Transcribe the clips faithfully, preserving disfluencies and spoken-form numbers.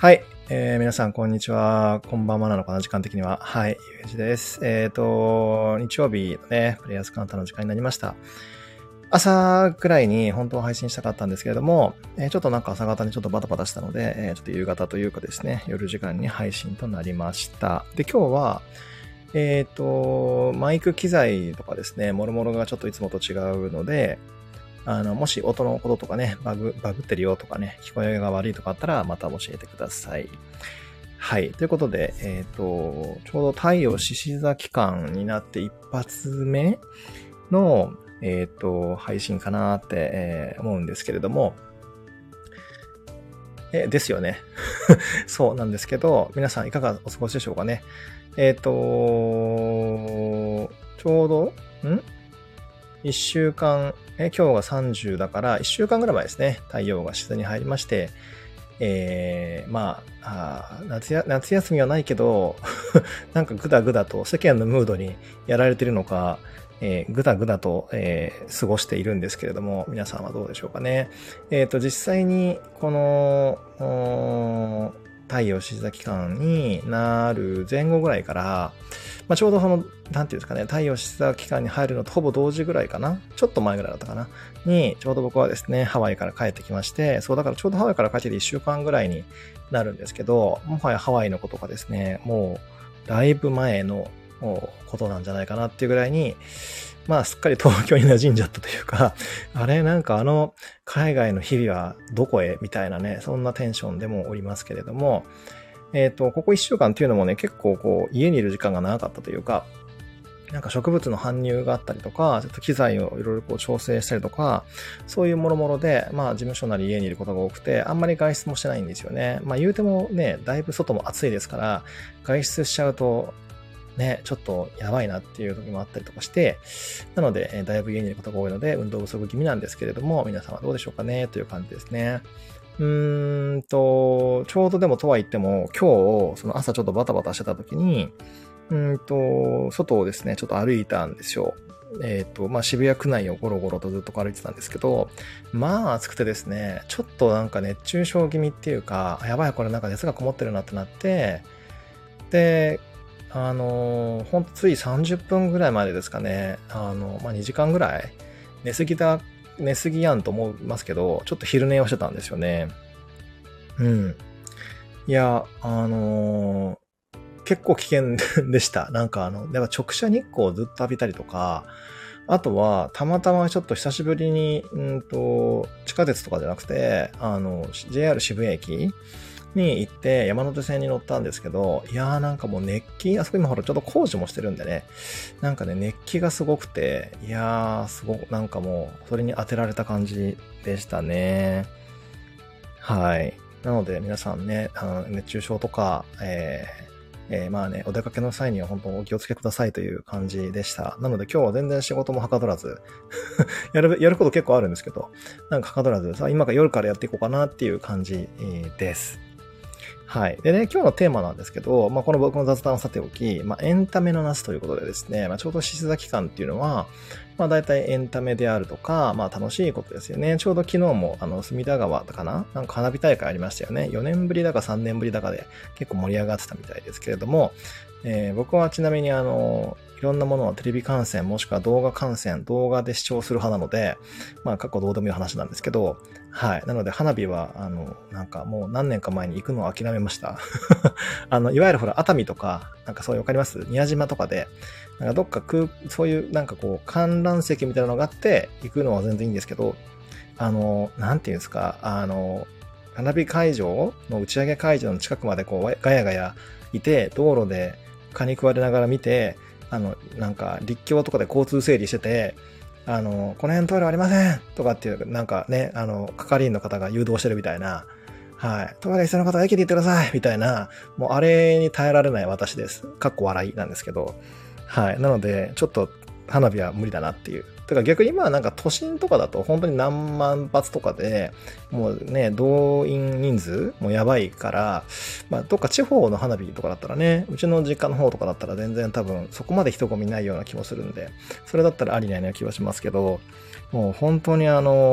はい、えー、皆さんこんにちは。こんばんはなのかな、時間的には。はい、ゆうじです。えっと、日曜日のね、プレイヤースカウンターの時間になりました。朝くらいに本当は配信したかったんですけれども、えー、ちょっとなんか朝方にちょっとバタバタしたので、えー、ちょっと夕方というかですね、夜時間に配信となりました。で、今日は、えっと、マイク機材とかですね、もろもろがちょっといつもと違うので、あの、もし音のこととかね、バグ、バグってるよとかね、聞こえが悪いとかあったら、また教えてください。はい。ということで、えっと、ちょうど太陽獅子座期間になって一発目の、えっと、配信かなって、えー思うんですけれども、え、ですよね。そうなんですけど、皆さんいかがお過ごしでしょうかね。えっと、ちょうど、ん一週間、え、今日がさんじゅうだから一週間ぐらい前ですね。太陽が獅子に入りまして、えー、まあ、あ夏や、夏休みはないけど、なんかぐだぐだと世間のムードにやられているのか、えー、ぐだぐだと、えー過ごしているんですけれども、皆さんはどうでしょうかね。えっと、実際に、この、お太陽獅子座期間になる前後ぐらいから、まあ、ちょうどその、なんていうんですかね、太陽獅子座期間に入るのとほぼ同時ぐらいかな。ちょっと前ぐらいだったかな。に、ちょうど僕はですね、ハワイから帰ってきまして、そうだからちょうどハワイから帰ってきていっしゅうかんぐらいになるんですけど、もはやハワイのことがですね、もう、だいぶ前のもうことなんじゃないかなっていうぐらいに、まあ、すっかり東京に馴染んじゃったというか、あれ、なんかあの、海外の日々はどこへみたいなね、そんなテンションでもおりますけれども、えっと、ここいっしゅうかんっていうのもね、結構こう、家にいる時間が長かったというか、なんか植物の搬入があったりとか、ちょっと機材をいろいろこう調整したりとか、そういうもろもろで、まあ事務所なり家にいることが多くて、あんまり外出もしてないんですよね。まあ言うてもね、だいぶ外も暑いですから、外出しちゃうと、ね、ちょっとやばいなっていう時もあったりとかして、なので、えーだいぶ家にいることが多いので、運動不足気味なんですけれども、皆さんはどうでしょうかねという感じですね。うーんと、ちょうどでもとは言っても、今日、その朝ちょっとバタバタしてた時に、うーんと、外をですね、ちょっと歩いたんですよ。えっと、まあ、渋谷区内をゴロゴロとずっと歩いてたんですけど、まあ、暑くてですね、ちょっとなんか熱中症気味っていうか、やばい、これなんか熱がこもってるなってなって、で、あの、ほんとついさんじゅっぷんぐらいまでですかね、あの、まあ、にじかんぐらい、寝すぎだ、寝すぎやんと思いますけど、ちょっと昼寝をしてたんですよね。うん。いや、あのー結構危険でした。なんかあの、やっぱ直射日光をずっと浴びたりとか、あとは、たまたまちょっと久しぶりに、うんと、地下鉄とかじゃなくて、あの、ジェイアール 渋谷駅に行って山手線に乗ったんですけど、いやーなんかもう熱気、あそこ今ほらちょっと工事もしてるんでね、なんかね、熱気がすごくて、いやー、すごく、なんかもう、それに当てられた感じでしたね。はい。なので皆さんね、あの熱中症とか、えーえーまあね、お出かけの際には本当お気をつけくださいという感じでした。なので今日は全然仕事もはかどらず、やる、やること結構あるんですけど、なんかはかどらず、さあ今から夜からやっていこうかなっていう感じえーです。はい。でね、今日のテーマなんですけど、まあ、この僕の雑談をさておき、まあ、エンタメの夏ということでですね、まあ、ちょうど獅子座期間っていうのは、まあ、大体エンタメであるとか、まあ、楽しいことですよね。ちょうど昨日も、あの、隅田川かななんか花火大会ありましたよね。よねんぶりだかさんねんぶりだかで結構盛り上がってたみたいですけれども、えー僕はちなみにあの、いろんなものはテレビ観戦もしくは動画観戦、動画で視聴する派なので、まあ過去どうでもいい話なんですけど、はい。なので花火は、あの、なんかもう何年か前に行くのを諦めました。あの、いわゆるほら、熱海とか、なんかそういうわかります宮島とかで、なんかどっか空、そういうなんかこう、観覧席みたいなのがあって行くのは全然いいんですけど、あの、なんていうんですか、あの、花火会場の打ち上げ会場の近くまでこう、ガヤガヤいて、道路で蚊に食われながら見て、あの、なんか立教とかで交通整理してて、あの、この辺トイレありませんとかっていう、なんかね、あの、係員の方が誘導してるみたいな、はい。トイレ必要な方は駅で行ってくださいみたいな、もうあれに耐えられない私です。かっこ笑いなんですけど。はい。なので、ちょっと花火は無理だなっていう。てか逆に今はなんか都心とかだと本当に何万発とかで、もうね、動員人数もやばいから、まあどっか地方の花火とかだったらね、うちの実家の方とかだったら全然多分そこまで人混みないような気もするんで、それだったらありないな気はしますけど、もう本当にあの、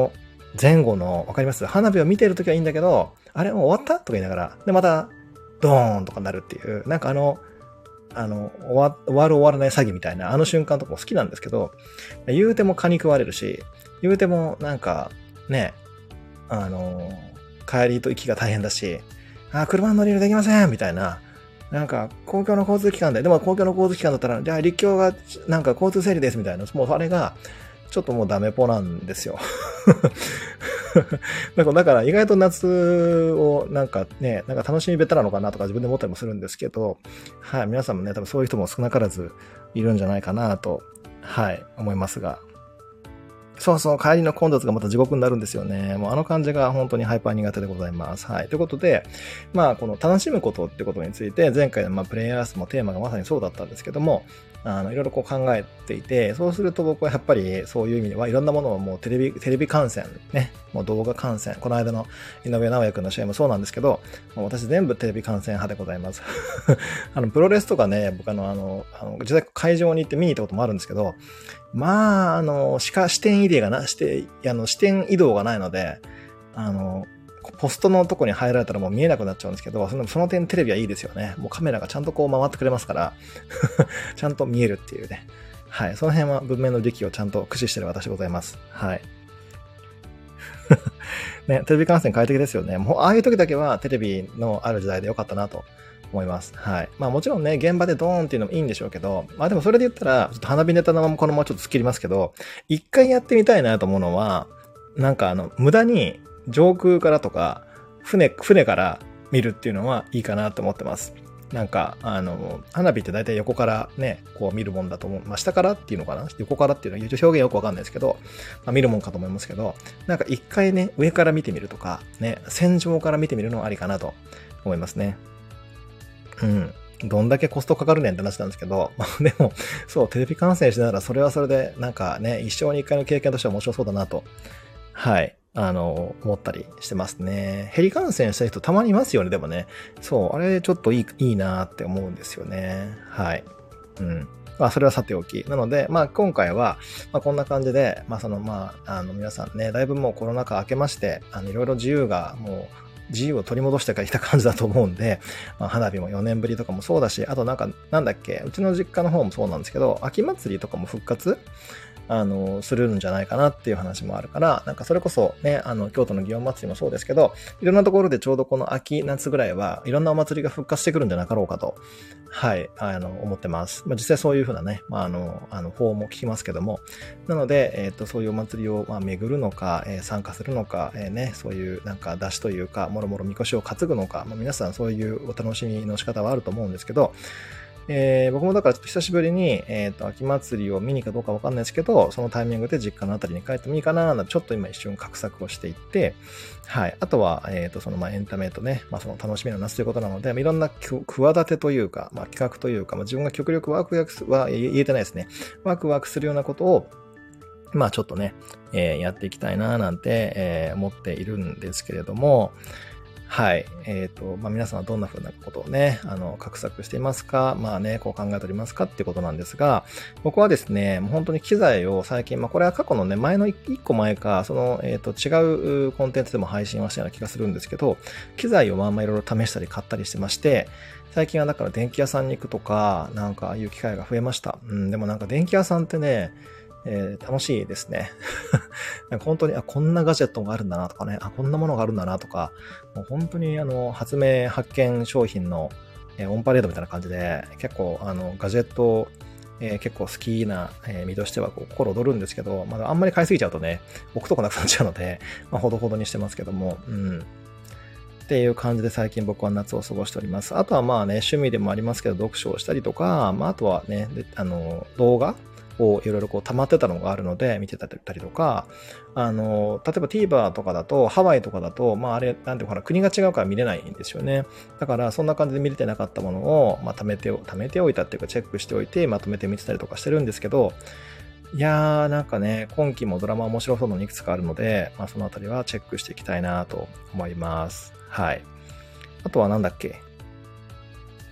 前後の、わかります？花火を見てるときはいいんだけど、あれもう終わったとか言いながら、で、また、ドーンとかなるっていう、なんかあの、あの、終わ、終わる終わらない詐欺みたいな、あの瞬間とかも好きなんですけど、言うても蚊に食われるし、言うてもなんか、ね、あの、帰りと行きが大変だし、あ、車に乗り入れできませんみたいな、なんか、公共の交通機関で、でも公共の交通機関だったら、じゃあ立教が、なんか交通整理ですみたいな、もうあれが、ちょっともうダメポなんですよ。だから意外と夏をなんかね、なんか楽しみべたなのかなとか自分で思ったりもするんですけど、はい、皆さんもね、多分そういう人も少なからずいるんじゃないかなと、はい、思いますが。そうそう、帰りの混雑がまた地獄になるんですよね。もうあの感じが本当にハイパー苦手でございます。はい。ということで、まあ、この楽しむことってことについて、前回のまあプレイヤースもテーマがまさにそうだったんですけども、あの、いろいろこう考えていて、そうすると僕はやっぱりそういう意味ではいろんなものをもうテレビ、テレビ観戦、ね、もう動画観戦、この間の井上直也くんの試合もそうなんですけど、もう私全部テレビ観戦派でございます。あの、プロレスとかね、僕あの、あの、あの実際会場に行って見に行ったこともあるんですけど、まあ、あの、しか、視点移動がな、して、あの、視点移動がないので、あの、ポストのとこに入られたらもう見えなくなっちゃうんですけど、その、その点テレビはいいですよね。もうカメラがちゃんとこう回ってくれますから、ちゃんと見えるっていうね。はい。その辺は文明の利器をちゃんと駆使してる私でございます。はい。ね、テレビ観戦快適ですよね。もう、ああいう時だけはテレビのある時代でよかったなと思います。はい。まあもちろんね、現場でドーンっていうのもいいんでしょうけど、まあでもそれで言ったら、ちょっと花火ネタのままこのままちょっと突っ切りますけど、一回やってみたいなと思うのは、なんかあの、無駄に上空からとか、船、船から見るっていうのはいいかなと思ってます。なんか、あの、花火って大体横からね、こう見るもんだと思う。まあ下からっていうのかな？横からっていうのは、表現よくわかんないですけど、まあ見るもんかと思いますけど、なんか一回ね、上から見てみるとか、ね、戦場から見てみるのはありかなと思いますね。うん。どんだけコストかかるねんって話なんですけど、まあでも、そう、テレビ観戦しながらそれはそれで、なんかね、一生に一回の経験としては面白そうだなと、はい、あの、思ったりしてますね。ヘリ観戦した人たまにいますよね、でもね。そう、あれちょっといい、いいなって思うんですよね。はい。うん。まあ、それはさておき。なので、まあ、今回は、まあ、こんな感じで、まあ、その、まあ、あの、皆さんね、だいぶもうコロナ禍明けまして、あの、いろいろ自由がもう、自由を取り戻してきた感じだと思うんで、まあ、花火もよねんぶりとかもそうだし、あとなんか、なんだっけ、うちの実家の方もそうなんですけど、秋祭りとかも復活あの、するんじゃないかなっていう話もあるから、なんかそれこそね、あの、京都の祇園祭りもそうですけど、いろんなところでちょうどこの秋、夏ぐらいはいろんなお祭りが復活してくるんじゃなかろうかと、はい、あの、思ってます。まあ、実際そういうふうなね、まあ、あの、あの、法も聞きますけども、なので、えっと、そういうお祭りを、まあ、巡るのか、えー、参加するのか、えー、ね、そういうなんか出しというか、もろもろみこしを担ぐのか、まあ、皆さんそういうお楽しみの仕方はあると思うんですけど、えー、僕もだからちょっと久しぶりに、えっと、秋祭りを見に行くかどうかわかんないですけど、そのタイミングで実家のあたりに帰ってもいいかな、ちょっと今一瞬画策をしていって、はい。あとは、えっと、その、まあ、エンタメとね、まあ、その楽しみの夏ということなので、いろんな企てというか、まあ、企画というか、まあ、自分が極力ワクワクは言えてないですね。ワクワクするようなことを、まあ、ちょっとね、えー、やっていきたいな、なんて、えー、思っているんですけれども、はい。えっと、まあ、皆さんはどんな風なことをね、あの、画策していますか？まあね、こう考えておりますかっていうことなんですが、僕はですね、もう本当に機材を最近、まあ、これは過去のね、前のいっこまえか、その、えっと、違うコンテンツでも配信はしたような気がするんですけど、機材をまあまあいろいろ試したり買ったりしてまして、最近はだから電気屋さんに行くとか、なんかああいう機会が増えました。うん、でもなんか電気屋さんってね、えー、楽しいですね。なんか本当に、あ、こんなガジェットがあるんだなとかね、あ、こんなものがあるんだなとか、もう本当にあの、発明発見商品の、えー、オンパレードみたいな感じで、結構あの、ガジェット、えー、結構好きな、えー、身としてはこう心躍るんですけど、まだあんまり買いすぎちゃうとね、置くとこなくなっちゃうので、まあ、ほどほどにしてますけども、うん。っていう感じで最近僕は夏を過ごしております。あとはまあね、趣味でもありますけど、読書をしたりとか、まああとはね、であの、動画をいろいろこう溜まってたのがあるので見てたりとか、あの、例えば TVer とかだと、ハワイとかだと、まああれ、なんていうかな、国が違うから見れないんですよね。だからそんな感じで見れてなかったものを、まあ貯めて、貯めておいたっていうかチェックしておいて、まとめて見てたりとかしてるんですけど、いやーなんかね、今期もドラマ面白そうなのいくつかあるので、まあそのあたりはチェックしていきたいなと思います。はい。あとはなんだっけ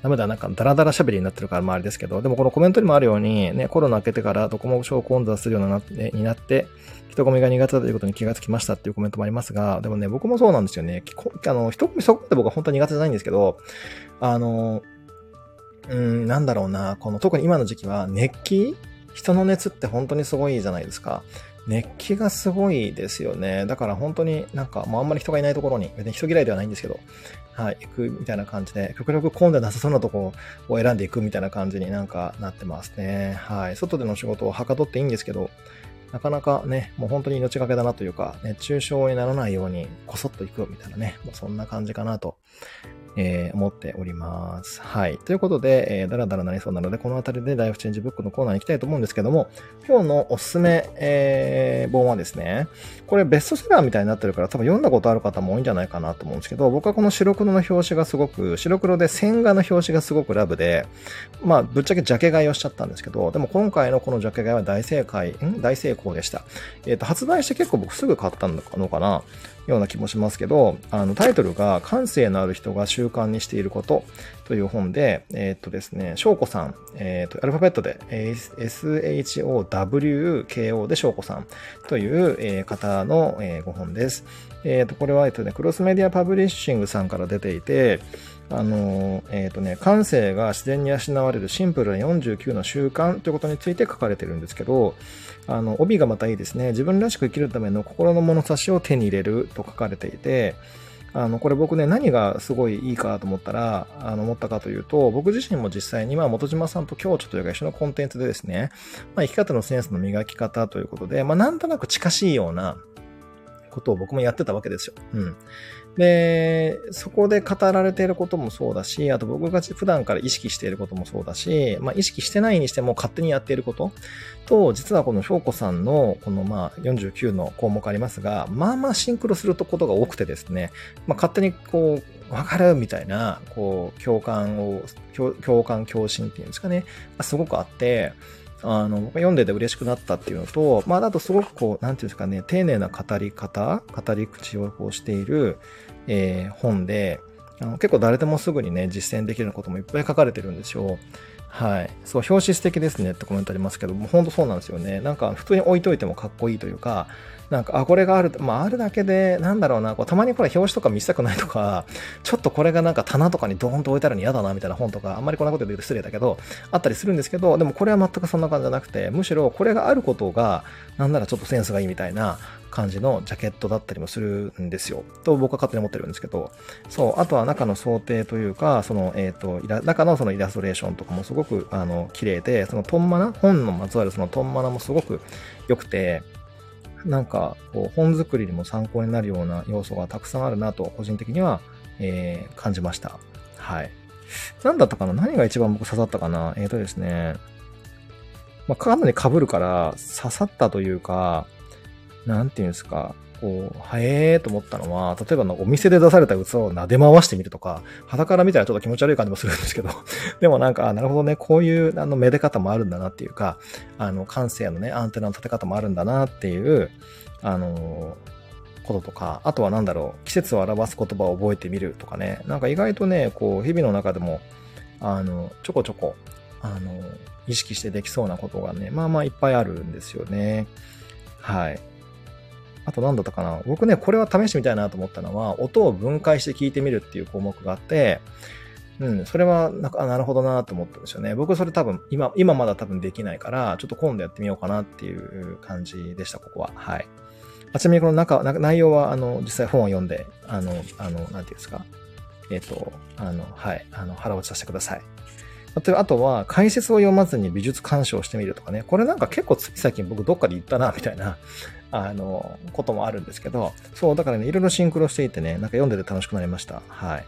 ダメだ、なんかダラダラ喋りになってるから周りですけど、でもこのコメントにもあるように、ね、コロナ明けてからどこも小混雑するようになって、になって、人混みが苦手だということに気がつきましたっていうコメントもありますが、でもね、僕もそうなんですよね。あの、人混みそこまで僕は本当に苦手じゃないんですけど、あの、うーん、なんだろうな、この特に今の時期は熱気人の熱って本当にすごいじゃないですか。熱気がすごいですよね。だから本当になんかもうあんまり人がいないところに、別に人嫌いではないんですけど、はい、行くみたいな感じで、極力混んでなさそうなとこを選んでいくみたいな感じになんかなってますね。はい。外での仕事をはかどっていいんですけど、なかなかね、もう本当に命がけだなというか、熱中症にならないようにこそっと行くみたいなね、もうそんな感じかなと。えー、思っております。はい。ということで、えー、だらだらなりそうなので、このあたりでライフチェンジブックのコーナーに行きたいと思うんですけども、今日のおすすめ、えー、本はですね、これベストセラーみたいになってるから多分読んだことある方も多いんじゃないかなと思うんですけど、僕はこの白黒の表紙がすごく、白黒で線画の表紙がすごくラブで、まあ、ぶっちゃけジャケ買いをしちゃったんですけど、でも今回のこのジャケ買いは大正解、ん大成功でした。えっと、発売して結構僕すぐ買ったのかなような気もしますけど、あのタイトルが感性のある人が習慣にしていることという本で、えー、っとですね、翔子さん、えー、っとアルファベットで エスエイチオーダブリューケーオー で翔子さんという、えー、方の、えー、ご本です。えー、っとこれは、えっとね、クロスメディアパブリッシングさんから出ていて、あのえっとね、感性が自然に養われるシンプルなよんじゅうきゅうの習慣ということについて書かれているんですけど、あの帯がまたいいですね。自分らしく生きるための心の物差しを手に入れると書かれていて、あのこれ僕ね、何がすごいいいかと思ったら、あの思ったかというと、僕自身も実際にまあ本島さんと共著というか一緒のコンテンツでですね、まあ、生き方のセンスの磨き方ということで、まあなんとなく近しいようなことを僕もやってたわけですよ。うん。で、そこで語られていることもそうだし、あと僕が普段から意識していることもそうだし、まあ意識してないにしても勝手にやっていることと、実はこの翔子さんのこのまあよんじゅうきゅうの項目ありますが、まあまあシンクロすることが多くてですね、まあ勝手にこう、わかるみたいな、こう、共感を、共感共振っていうんですかね、すごくあって、あの、僕が読んでて嬉しくなったっていうのと、まあ、あとすごくこう、なんていうんですかね、丁寧な語り方、語り口をこうしている、えー、本で、あの結構誰でもすぐにね、実践できるようなこともいっぱい書かれてるんですよ。はい。そう、表紙素敵ですねってコメントありますけど、もう本当そうなんですよね。なんか普通に置いといてもかっこいいというか、なんか、あ、これがある、まあ、あるだけで、なんだろうな、こうたまにこれ表紙とか見せたくないとか、ちょっとこれがなんか棚とかにドーンと置いてあるの嫌だな、みたいな本とか、あんまりこんなこと言うと失礼だけど、あったりするんですけど、でもこれは全くそんな感じじゃなくて、むしろこれがあることが、なんならちょっとセンスがいいみたいな感じのジャケットだったりもするんですよ。と僕は勝手に思ってるんですけど、そう、あとは中の想定というか、その、えっと、中のそのイラストレーションとかもすごく、あの、綺麗で、そのトンマナ、本のまつわるそのトンマナもすごく良くて、なんかこう本作りにも参考になるような要素がたくさんあるなと個人的には、えー、感じました。はい。何だったかな何が一番僕刺さったかなえーとですね。まあ、かなり被るから刺さったというか、なんていうんですか。こう、はえーと思ったのは、例えばのお店で出された器を撫で回してみるとか、肌から見たらちょっと気持ち悪い感じもするんですけど、でもなんか、なるほどね、こういうあのめで方もあるんだなっていうか、あの、感性のね、アンテナの立て方もあるんだなっていう、あのー、こととか、あとはなんだろう、季節を表す言葉を覚えてみるとかね、なんか意外とね、こう、日々の中でも、あの、ちょこちょこ、あの、意識してできそうなことがね、まあまあいっぱいあるんですよね。はい。あと何だったかな僕ね、これは試してみたいなと思ったのは、音を分解して聞いてみるっていう項目があって、うん、それはなんか、なるほどなと思ったんですよね。僕それ多分、今、今まだ多分できないから、ちょっと今度やってみようかなっていう感じでした、ここは。はい。ちなみにこの中、内容は、あの、実際本を読んで、あの、あの、なんていうんですか。えっと、あの、はい、あの、腹落ちさせてください。あとは、解説を読まずに美術鑑賞してみるとかね。これなんか結構つい最近僕どっかで言ったな、みたいな、あの、こともあるんですけど、そう、だからね、いろいろシンクロしていてね、なんか読んでて楽しくなりました。はい。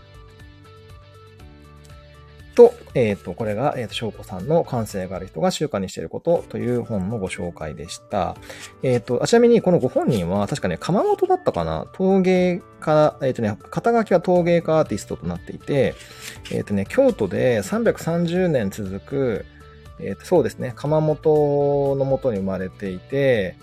と、えっと、これが、えっと、翔子さんの感性がある人が習慣にしていることという本のご紹介でした。えっと、ちなみにこのご本人は確かね、窯元だったかな陶芸家、えっとね、肩書きは陶芸家アーティストとなっていて、えっとね、京都でさんびゃくさんじゅうねん続く、えっと、そうですね、窯元の元に生まれていて、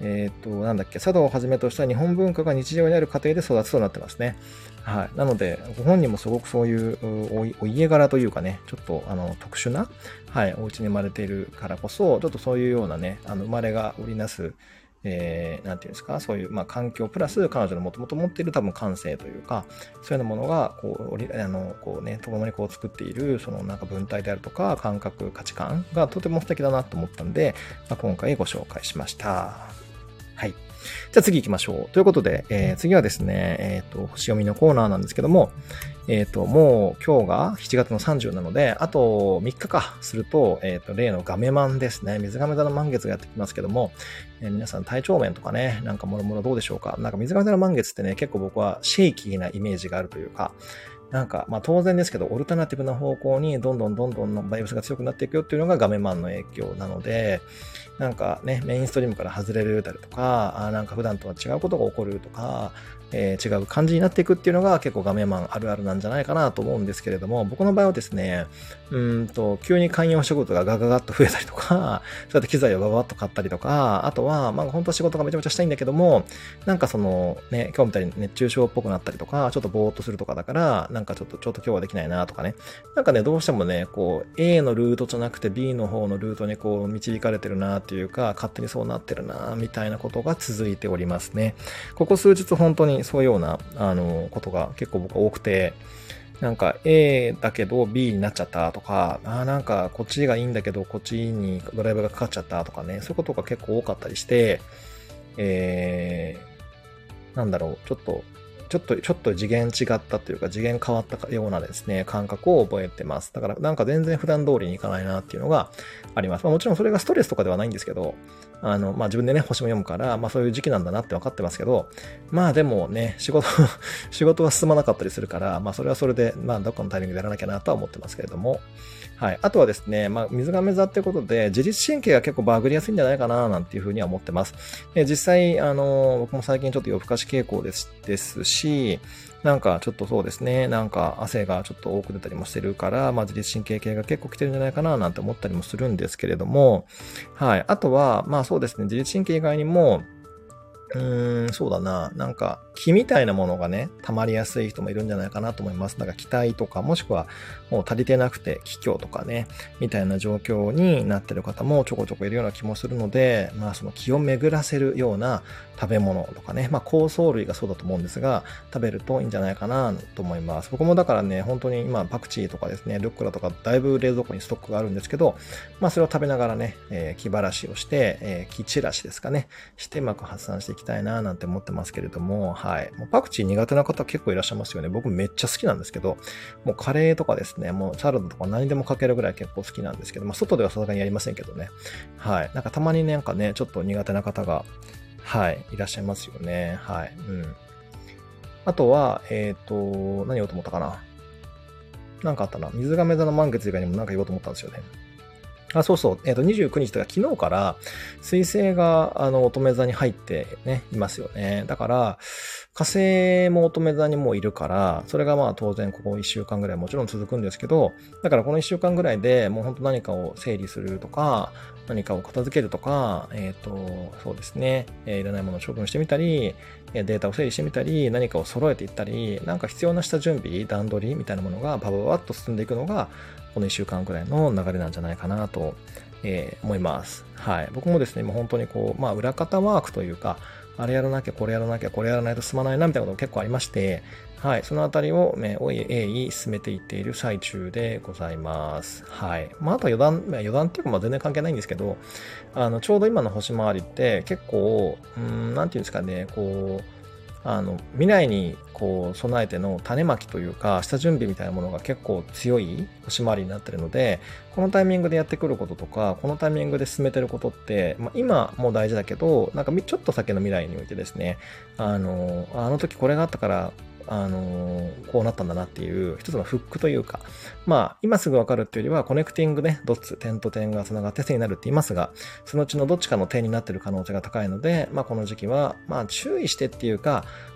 えっと、なんだっけ、茶道をはじめとした日本文化が日常にある家庭で育つとなってますね。はい。なので、ご本人もすごくそういうお家柄というかね、ちょっとあの特殊な、はい、お家に生まれているからこそ、ちょっとそういうようなね、あの生まれが織りなす、えー、なんていうんですか、そういう、まあ、環境プラス彼女のもともと持っている多分感性というか、そういうようなものが、こう、あの、こうね、ともにこう作っている、そのなんか文体であるとか、感覚、価値観がとても素敵だなと思ったんで、まあ、今回ご紹介しました。はい。じゃあ次行きましょう。ということで、えー、次はですね、えっと、星読みのコーナーなんですけども、えっと、もう今日がしちがつのさんじゅうなので、あとみっかかすると、えっと、例のガメマンですね。水亀座の満月がやってきますけども、えー、皆さん体調面とかね、なんかもろもろどうでしょうか。なんか水亀座の満月ってね、結構僕はシェイキーなイメージがあるというか、なんか、まあ当然ですけど、オルタナティブな方向にどんどんどんどんのバイブスが強くなっていくよっていうのがガメマンの影響なので、なんかね、メインストリームから外れるだとか、あなんか普段とは違うことが起こるとか、えー、違う感じになっていくっていうのが結構ガメマンあるあるなんじゃないかなと思うんですけれども、僕の場合はですね、うーんと、急に観葉植物がガガガッと増えたりとか、そうやって機材をババッと買ったりとか、あとは、まあ本当は仕事がめちゃめちゃしたいんだけども、なんかそのね、今日みたいに熱中症っぽくなったりとか、ちょっとぼーっとするとかだから、なんかちょっと、ちょっと今日はできないなとかね。なんかね、どうしてもね、こう、A のルートじゃなくて B の方のルートにこう、導かれてるなっていうか、勝手にそうなってるなみたいなことが続いておりますね。ここ数日本当にそういうような、あの、ことが結構僕は多くて、なんか A だけど B になっちゃったとか、あなんかこっちがいいんだけどこっちにドライブがかかっちゃったとかね、そういうことが結構多かったりして、えー、なんだろう、ちょっと、ちょっと、ちょっと次元違ったというか次元変わったようなですね、感覚を覚えてます。だからなんか全然普段通りにいかないなっていうのがあります。まあもちろんそれがストレスとかではないんですけど、あの、まあ自分でね、星も読むから、まあそういう時期なんだなって分かってますけど、まあでもね、仕事、仕事は進まなかったりするから、まあそれはそれで、まあどっかのタイミングでやらなきゃなとは思ってますけれども、はい。あとはですね、まあ水亀座ってことで、自律神経が結構バグりやすいんじゃないかななんていうふうには思ってます。で実際、あの、僕も最近ちょっと夜更かし傾向です、ですし、なんかちょっとそうですね、なんか汗がちょっと多く出たりもしてるから、まあ自律神経系が結構来てるんじゃないかななんて思ったりもするんですけれども、はい。あとは、まあそうですね、自律神経以外にも、うーん、そうだな。なんか、気みたいなものがね、溜まりやすい人もいるんじゃないかなと思います。なんか気体とか、もしくはもう足りてなくて気虚とかね、みたいな状況になってる方もちょこちょこいるような気もするので、まあその気を巡らせるような食べ物とかね、まあ香草類がそうだと思うんですが、食べるといいんじゃないかなと思います。僕もだからね、本当に今パクチーとかですね、ルッコラとかだいぶ冷蔵庫にストックがあるんですけど、まあそれを食べながらね、えー、気晴らしをして、えー、気散らしですかね、してうまく発散していきたいななんて思ってますけれども、はい。もうパクチー苦手な方結構いらっしゃいますよね。僕めっちゃ好きなんですけど、もうカレーとかですね、もうサラダとか何でもかけるぐらい結構好きなんですけど、まあ外ではさすがにやりませんけどね。はい。なんかたまになんかね、ちょっと苦手な方が、はい、いらっしゃいますよね。はい。うん。あとは、えっと、何言おうと思ったかな。なんかあったな。水亀座の満月以外にもなんか言おうと思ったんですよね。あ、そうそう。えっと、にじゅうくにちとか昨日から水星があの乙女座に入ってね、いますよね。だから、火星も乙女座にもういるから、それがまあ当然ここいっしゅうかんぐらいもちろん続くんですけど、だからこのいっしゅうかんぐらいでもう本当何かを整理するとか、何かを片付けるとか、えっと、そうですね、えー、いらないものを処分してみたり、データを整理してみたり、何かを揃えていったり、なんか必要な下準備、段取りみたいなものがバババッと進んでいくのが、このいっしゅうかんくらいの流れなんじゃないかなと、えー、思います。はい。僕もですね、もう本当にこう、まあ裏方ワークというか、あれやらなきゃ、これやらなきゃ、これやらないと進まないな、みたいなことが結構ありまして、はい。そのあたりを、ね、おい鋭意進めていっている最中でございます。はい。まあ、あとは余談、まあ、余談っていうか、まあ全然関係ないんですけど、あの、ちょうど今の星回りって結構、うーん、なんていうんですかね、こう、あの未来にこう備えての種まきというか下準備みたいなものが結構強い星回りになってるので、このタイミングでやってくることとかこのタイミングで進めてることって、まあ、今も大事だけどなんかちょっと先の未来においてですね、あのあの時これがあったからあのこうなったんだなっていう一つのフックというか、まあ今すぐわかるっていうよりはコネクティングね、ドッツ、点と点がつながって線になるって言いますが、そのうちのどっちかの点になっている可能性が高いので、まあこの時期はまあ注意してっていうか、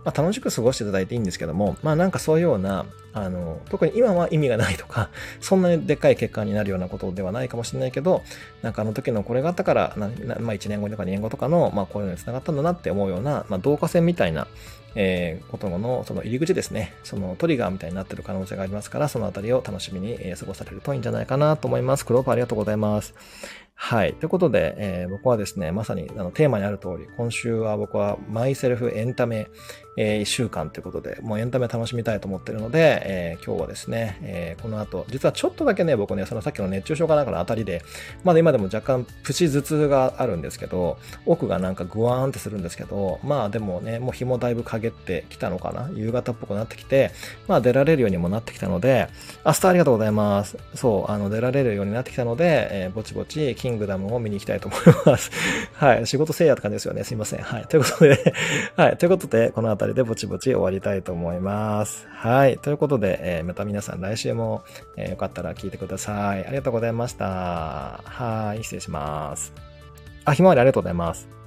まあ、楽しく過ごしていただいていいんですけども、まあなんかそういうような、あの、特に今は意味がないとか、そんなにでっかい結果になるようなことではないかもしれないけど、なんかあの時のこれがあったから、ななまあいちねんごとかにねんごとかの、まあこういうのに繋がったんだなって思うような、まあ導火線みたいな、えー、ことの、その入り口ですね、そのトリガーみたいになっている可能性がありますから、そのあたりを楽しみに、えー、過ごされるといいんじゃないかなと思います。クローバーありがとうございます。はい。ということで、えー、僕はですね、まさにあのテーマにある通り、今週は僕はマイセルフエンタメ、えー、一週間ということで、もうエンタメ楽しみたいと思っているので、えー、今日はですね、えー、この後、実はちょっとだけね、僕ね、そのさっきの熱中症かなんかのあたりで、まだ今でも若干プチ頭痛があるんですけど、奥がなんかグワーンってするんですけど、まあでもね、もう日もだいぶ陰ってきたのかな、夕方っぽくなってきて、まあ出られるようにもなってきたので、明日ありがとうございます。そう、あの出られるようになってきたので、えー、ぼちぼちキングダムを見に行きたいと思います。はい、仕事せいやって感じですよね。すいません。はい、ということで、はい、ということで、このあたりでぼちぼち終わりたいと思います。はい、ということで、えー、また皆さん来週も、えー、よかったら聞いてください。ありがとうございました。はい、失礼します。あ、ひまわりありがとうございます。